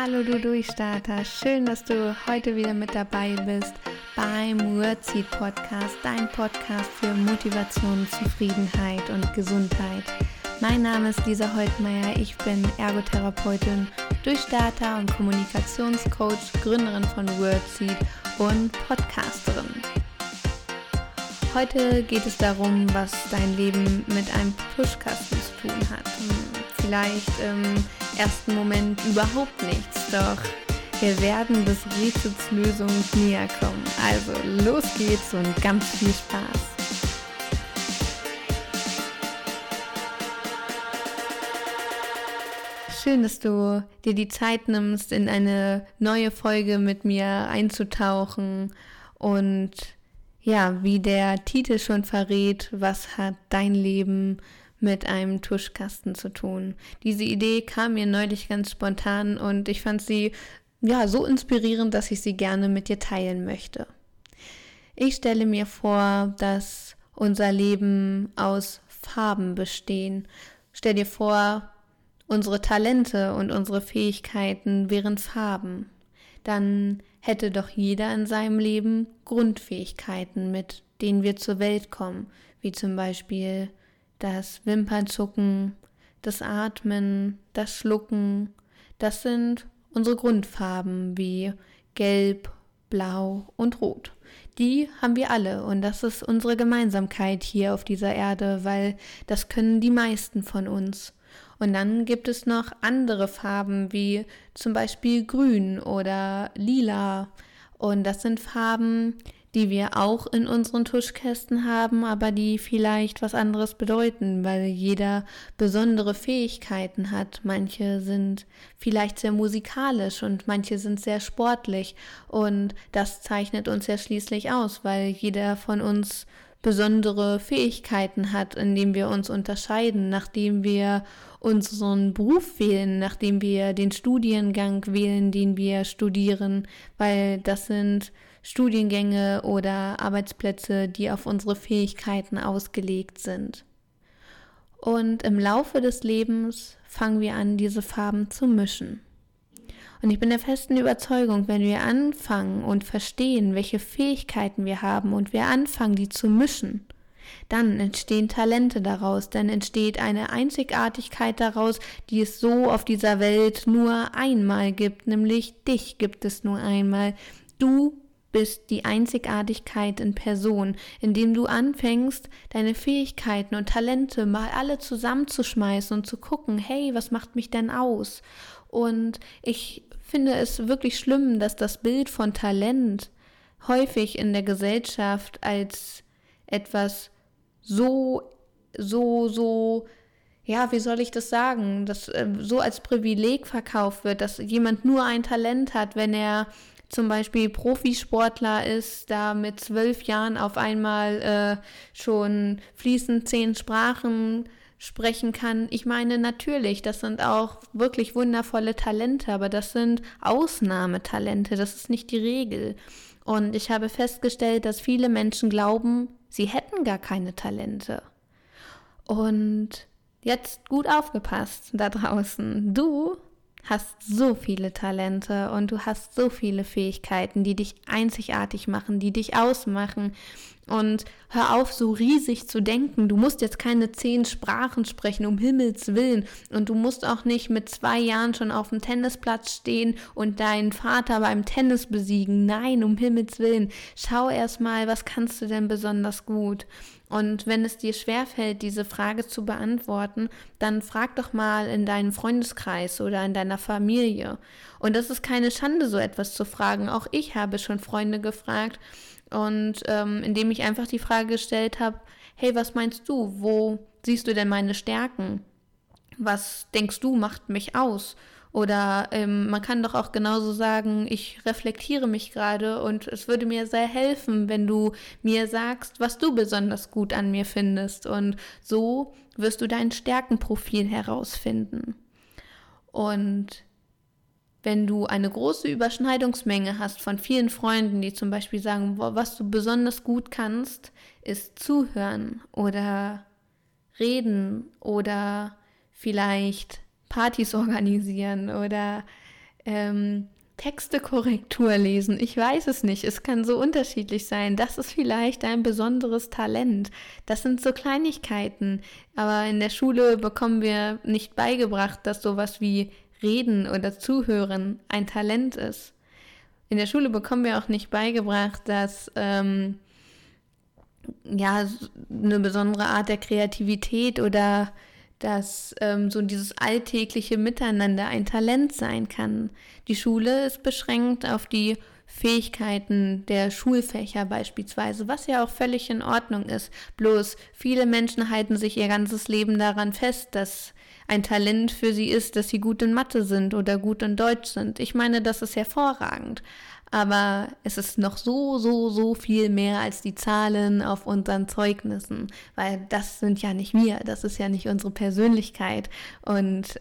Hallo du Durchstarter, schön, dass du heute wieder mit dabei bist beim Wordseed Podcast, dein Podcast für Motivation, Zufriedenheit und Gesundheit. Mein Name ist Lisa Holtmeier, ich bin Ergotherapeutin, Durchstarter und Kommunikationscoach, Gründerin von Wordseed und Podcasterin. Heute geht es darum, was dein Leben mit einem Pushkasten zu tun hat. Vielleicht im ersten Moment überhaupt nichts, doch wir werden des Rätsels Lösung näher kommen. Also los geht's und ganz viel Spaß. Schön, dass du dir die Zeit nimmst, in eine neue Folge mit mir einzutauchen und ja, wie der Titel schon verrät, was hat dein Leben mit einem Tuschkasten zu tun. Diese Idee kam mir neulich ganz spontan und ich fand sie so inspirierend, dass ich sie gerne mit dir teilen möchte. Ich stelle mir vor, dass unser Leben aus Farben bestehen. Stell dir vor, unsere Talente und unsere Fähigkeiten wären Farben. Dann hätte doch jeder in seinem Leben Grundfähigkeiten, mit denen wir zur Welt kommen, wie zum Beispiel das Wimpernzucken, das Atmen, das Schlucken. Das sind unsere Grundfarben wie Gelb, Blau und Rot. Die haben wir alle und das ist unsere Gemeinsamkeit hier auf dieser Erde, weil das können die meisten von uns. Und dann gibt es noch andere Farben wie zum Beispiel Grün oder Lila. Und das sind Farben, die wir auch in unseren Tuschkästen haben, aber die vielleicht was anderes bedeuten, weil jeder besondere Fähigkeiten hat. Manche sind vielleicht sehr musikalisch und manche sind sehr sportlich. Und das zeichnet uns ja schließlich aus, weil jeder von uns besondere Fähigkeiten hat, indem wir uns unterscheiden, nachdem wir unseren Beruf wählen, nachdem wir den Studiengang wählen, den wir studieren, weil das sind Studiengänge oder Arbeitsplätze, die auf unsere Fähigkeiten ausgelegt sind. Und im Laufe des Lebens fangen wir an, diese Farben zu mischen. Und ich bin der festen Überzeugung, wenn wir anfangen und verstehen, welche Fähigkeiten wir haben und wir anfangen, die zu mischen, dann entstehen Talente daraus, dann entsteht eine Einzigartigkeit daraus, die es so auf dieser Welt nur einmal gibt, nämlich dich gibt es nur einmal. Du bist die Einzigartigkeit in Person, indem du anfängst, deine Fähigkeiten und Talente mal alle zusammenzuschmeißen und zu gucken, hey, was macht mich denn aus? Und ich finde es wirklich schlimm, dass das Bild von Talent häufig in der Gesellschaft als etwas wie soll ich das sagen, dass so als Privileg verkauft wird, dass jemand nur ein Talent hat, wenn er zum Beispiel Profisportler ist, da mit 12 Jahren auf einmal schon fließend 10 Sprachen sprechen kann. Ich meine, natürlich, das sind auch wirklich wundervolle Talente, aber das sind Ausnahmetalente, das ist nicht die Regel. Und ich habe festgestellt, dass viele Menschen glauben, sie hätten gar keine Talente. Und jetzt gut aufgepasst da draußen. Du hast so viele Talente und du hast so viele Fähigkeiten, die dich einzigartig machen, die dich ausmachen. Und hör auf, so riesig zu denken. Du musst jetzt keine 10 Sprachen sprechen, um Himmels Willen. Und du musst auch nicht mit 2 Jahren schon auf dem Tennisplatz stehen und deinen Vater beim Tennis besiegen. Nein, um Himmels Willen. Schau erst mal, was kannst du denn besonders gut? Und wenn es dir schwerfällt, diese Frage zu beantworten, dann frag doch mal in deinem Freundeskreis oder in deiner Familie. Und das ist keine Schande, so etwas zu fragen. Auch ich habe schon Freunde gefragt und indem ich einfach die Frage gestellt habe, hey, was meinst du? Wo siehst du denn meine Stärken? Was denkst du, macht mich aus? Oder man kann doch auch genauso sagen, ich reflektiere mich gerade und es würde mir sehr helfen, wenn du mir sagst, was du besonders gut an mir findest. Und so wirst du dein Stärkenprofil herausfinden. Und wenn du eine große Überschneidungsmenge hast von vielen Freunden, die zum Beispiel sagen, was du besonders gut kannst, ist zuhören oder reden oder vielleicht Partys organisieren oder Textekorrektur lesen. Ich weiß es nicht. Es kann so unterschiedlich sein. Das ist vielleicht ein besonderes Talent. Das sind so Kleinigkeiten. Aber in der Schule bekommen wir nicht beigebracht, dass sowas wie Reden oder Zuhören ein Talent ist. In der Schule bekommen wir auch nicht beigebracht, dass eine besondere Art der Kreativität oder dass so dieses alltägliche Miteinander ein Talent sein kann. Die Schule ist beschränkt auf die Fähigkeiten der Schulfächer beispielsweise, was ja auch völlig in Ordnung ist. Bloß viele Menschen halten sich ihr ganzes Leben daran fest, dass ein Talent für sie ist, dass sie gut in Mathe sind oder gut in Deutsch sind. Ich meine, das ist hervorragend. Aber es ist noch so viel mehr als die Zahlen auf unseren Zeugnissen, weil das sind ja nicht wir, das ist ja nicht unsere Persönlichkeit und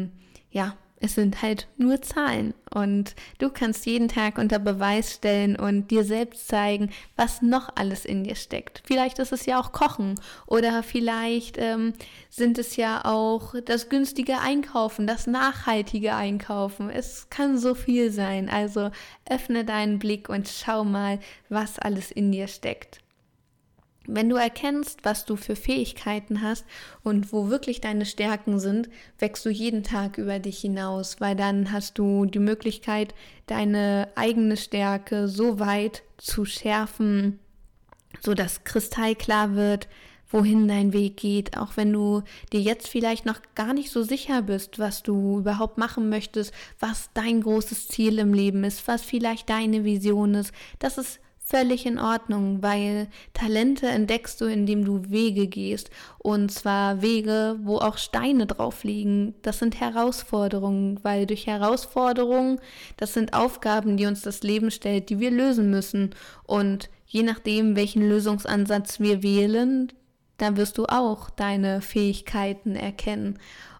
es sind halt nur Zahlen und du kannst jeden Tag unter Beweis stellen und dir selbst zeigen, was noch alles in dir steckt. Vielleicht ist es ja auch Kochen oder vielleicht sind es ja auch das günstige Einkaufen, das nachhaltige Einkaufen. Es kann so viel sein, also öffne deinen Blick und schau mal, was alles in dir steckt. Wenn du erkennst, was du für Fähigkeiten hast und wo wirklich deine Stärken sind, wächst du jeden Tag über dich hinaus, weil dann hast du die Möglichkeit, deine eigene Stärke so weit zu schärfen, sodass kristallklar wird, wohin dein Weg geht, auch wenn du dir jetzt vielleicht noch gar nicht so sicher bist, was du überhaupt machen möchtest, was dein großes Ziel im Leben ist, was vielleicht deine Vision ist. Das ist völlig in Ordnung, weil Talente entdeckst du, indem du Wege gehst. Und zwar Wege, wo auch Steine drauf liegen. Das sind Herausforderungen, weil durch Herausforderungen, das sind Aufgaben, die uns das Leben stellt, die wir lösen müssen. Und je nachdem, welchen Lösungsansatz wir wählen, da wirst du auch deine Fähigkeiten erkennen.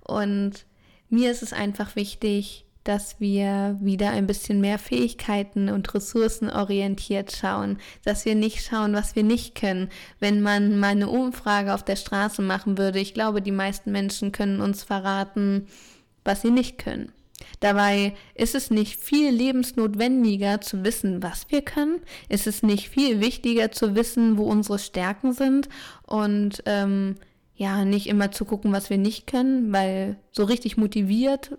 Und mir ist es einfach wichtig, dass wir wieder ein bisschen mehr Fähigkeiten und Ressourcen orientiert schauen, dass wir nicht schauen, was wir nicht können. Wenn man mal eine Umfrage auf der Straße machen würde, ich glaube, die meisten Menschen können uns verraten, was sie nicht können. Dabei ist es nicht viel lebensnotwendiger zu wissen, was wir können. Ist es nicht viel wichtiger zu wissen, wo unsere Stärken sind und nicht immer zu gucken, was wir nicht können, weil so richtig motiviert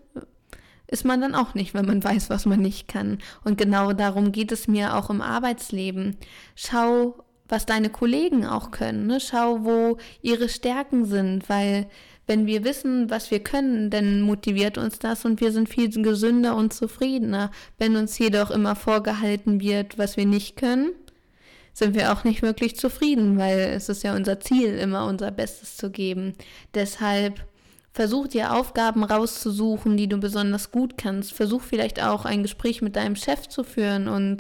ist man dann auch nicht, wenn man weiß, was man nicht kann. Und genau darum geht es mir auch im Arbeitsleben. Schau, was deine Kollegen auch können, ne? Schau, wo ihre Stärken sind, weil wenn wir wissen, was wir können, dann motiviert uns das und wir sind viel gesünder und zufriedener. Wenn uns jedoch immer vorgehalten wird, was wir nicht können, sind wir auch nicht wirklich zufrieden, weil es ist ja unser Ziel, immer unser Bestes zu geben. Deshalb versuch dir Aufgaben rauszusuchen, die du besonders gut kannst. Versuch vielleicht auch ein Gespräch mit deinem Chef zu führen und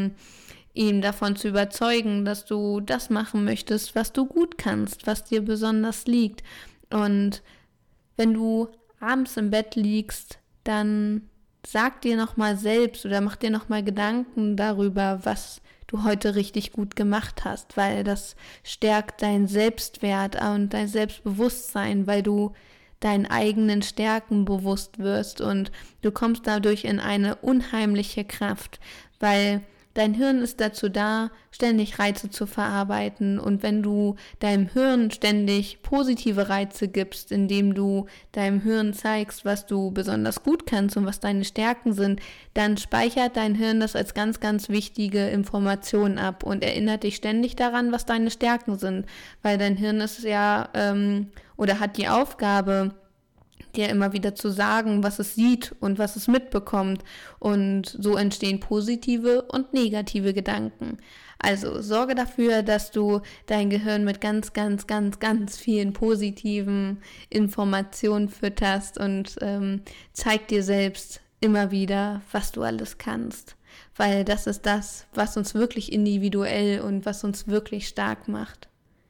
ihn davon zu überzeugen, dass du das machen möchtest, was du gut kannst, was dir besonders liegt. Und wenn du abends im Bett liegst, dann sag dir nochmal selbst oder mach dir nochmal Gedanken darüber, was du heute richtig gut gemacht hast, weil das stärkt deinen Selbstwert und dein Selbstbewusstsein, weil du deinen eigenen Stärken bewusst wirst und du kommst dadurch in eine unheimliche Kraft, weil dein Hirn ist dazu da, ständig Reize zu verarbeiten und wenn du deinem Hirn ständig positive Reize gibst, indem du deinem Hirn zeigst, was du besonders gut kannst und was deine Stärken sind, dann speichert dein Hirn das als ganz, ganz wichtige Information ab und erinnert dich ständig daran, was deine Stärken sind, weil dein Hirn ist ja oder hat die Aufgabe, dir immer wieder zu sagen, was es sieht und was es mitbekommt. Und so entstehen positive und negative Gedanken. Also sorge dafür, dass du dein Gehirn mit ganz, ganz, ganz, ganz vielen positiven Informationen fütterst und zeig dir selbst immer wieder, was du alles kannst. Weil das ist das, was uns wirklich individuell und was uns wirklich stark macht.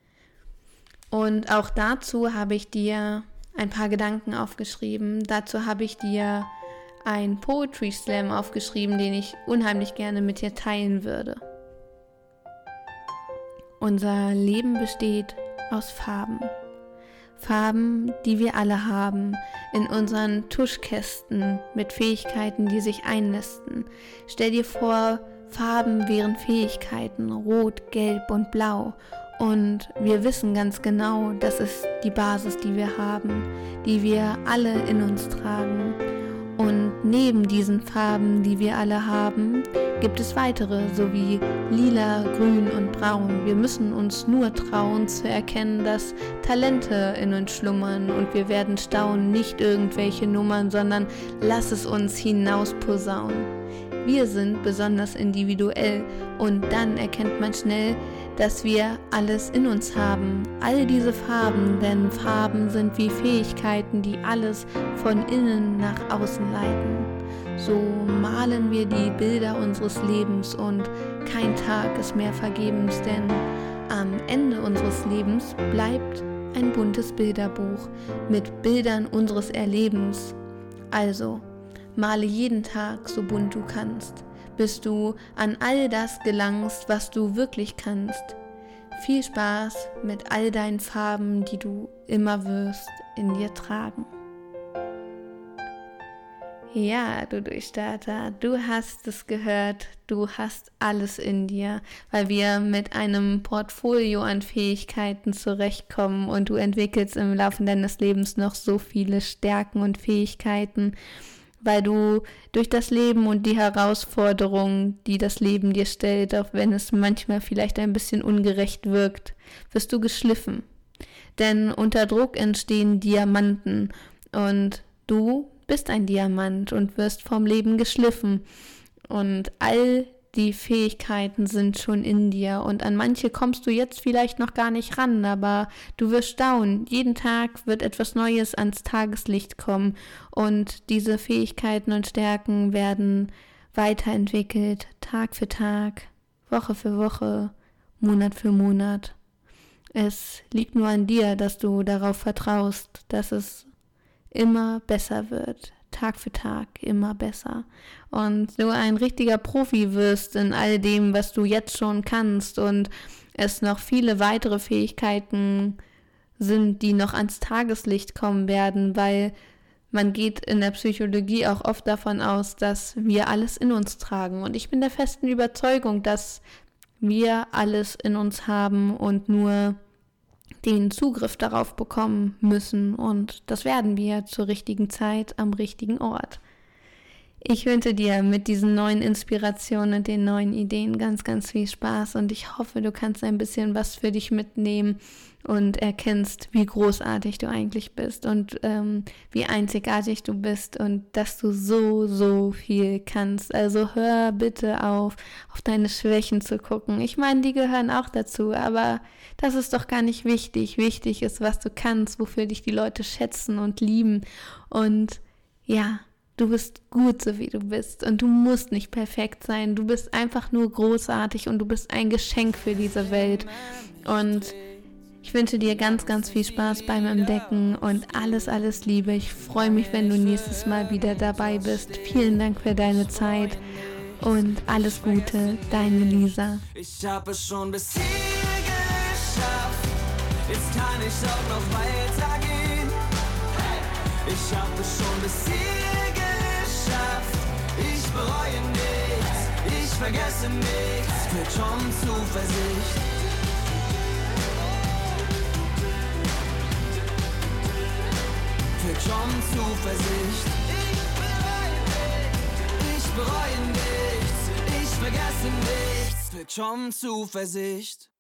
Und auch dazu habe ich dir ein paar Gedanken aufgeschrieben. Dazu habe ich dir einen Poetry Slam aufgeschrieben, den ich unheimlich gerne mit dir teilen würde. Unser Leben besteht aus Farben. Farben, die wir alle haben, in unseren Tuschkästen mit Fähigkeiten, die sich einnisten. Stell dir vor, Farben wären Fähigkeiten, rot, gelb und blau. Und wir wissen ganz genau, das ist die Basis, die wir haben, die wir alle in uns tragen. Und neben diesen Farben, die wir alle haben, gibt es weitere, so wie lila, grün und braun. Wir müssen uns nur trauen zu erkennen, dass Talente in uns schlummern, und wir werden staunen, nicht irgendwelche Nummern, sondern lass es uns hinausposaunen. Wir sind besonders individuell, und dann erkennt man schnell, dass wir alles in uns haben. All diese Farben, denn Farben sind wie Fähigkeiten, die alles von innen nach außen leiten. So malen wir die Bilder unseres Lebens, und kein Tag ist mehr vergebens, denn am Ende unseres Lebens bleibt ein buntes Bilderbuch mit Bildern unseres Erlebens. Also, male jeden Tag so bunt du kannst, bis du an all das gelangst, was du wirklich kannst. Viel Spaß mit all deinen Farben, die du immer wirst in dir tragen. Ja, du Durchstarter, du hast es gehört, du hast alles in dir, weil wir mit einem Portfolio an Fähigkeiten zurechtkommen, und du entwickelst im Laufe deines Lebens noch so viele Stärken und Fähigkeiten, weil du durch das Leben und die Herausforderungen, die das Leben dir stellt, auch wenn es manchmal vielleicht ein bisschen ungerecht wirkt, wirst du geschliffen. Denn unter Druck entstehen Diamanten, und du bist ein Diamant und wirst vom Leben geschliffen. Und all die Fähigkeiten sind schon in dir, und an manche kommst du jetzt vielleicht noch gar nicht ran, aber du wirst staunen. Jeden Tag wird etwas Neues ans Tageslicht kommen, und diese Fähigkeiten und Stärken werden weiterentwickelt, Tag für Tag, Woche für Woche, Monat für Monat. Es liegt nur an dir, dass du darauf vertraust, dass es immer besser wird, Tag für Tag immer besser, und du ein richtiger Profi wirst in all dem, was du jetzt schon kannst, und es noch viele weitere Fähigkeiten sind, die noch ans Tageslicht kommen werden, weil man geht in der Psychologie auch oft davon aus, dass wir alles in uns tragen, und ich bin der festen Überzeugung, dass wir alles in uns haben und nur den Zugriff darauf bekommen müssen, und das werden wir zur richtigen Zeit am richtigen Ort. Ich wünsche dir mit diesen neuen Inspirationen und den neuen Ideen ganz, ganz viel Spaß, und ich hoffe, du kannst ein bisschen was für dich mitnehmen und erkennst, wie großartig du eigentlich bist und wie einzigartig du bist und dass du so, so viel kannst. Also hör bitte auf deine Schwächen zu gucken. Ich meine, die gehören auch dazu, aber das ist doch gar nicht wichtig. Wichtig ist, was du kannst, wofür dich die Leute schätzen und lieben. Und ja, du bist gut, so wie du bist, und du musst nicht perfekt sein. Du bist einfach nur großartig, und du bist ein Geschenk für diese Welt. Und ich wünsche dir ganz, ganz viel Spaß beim Entdecken und alles, alles Liebe. Ich freue mich, wenn du nächstes Mal wieder dabei bist. Vielen Dank für deine Zeit und alles Gute, deine Lisa. Ich habe es schon bis hier geschafft, jetzt kann ich auch noch weitergehen. Ich habe es schon bis hier geschafft, ich bereue nichts, ich vergesse nichts, führt schon Zuversicht. Führt schon Zuversicht. Ich bereue nichts, ich vergesse nichts, führt schon Zuversicht.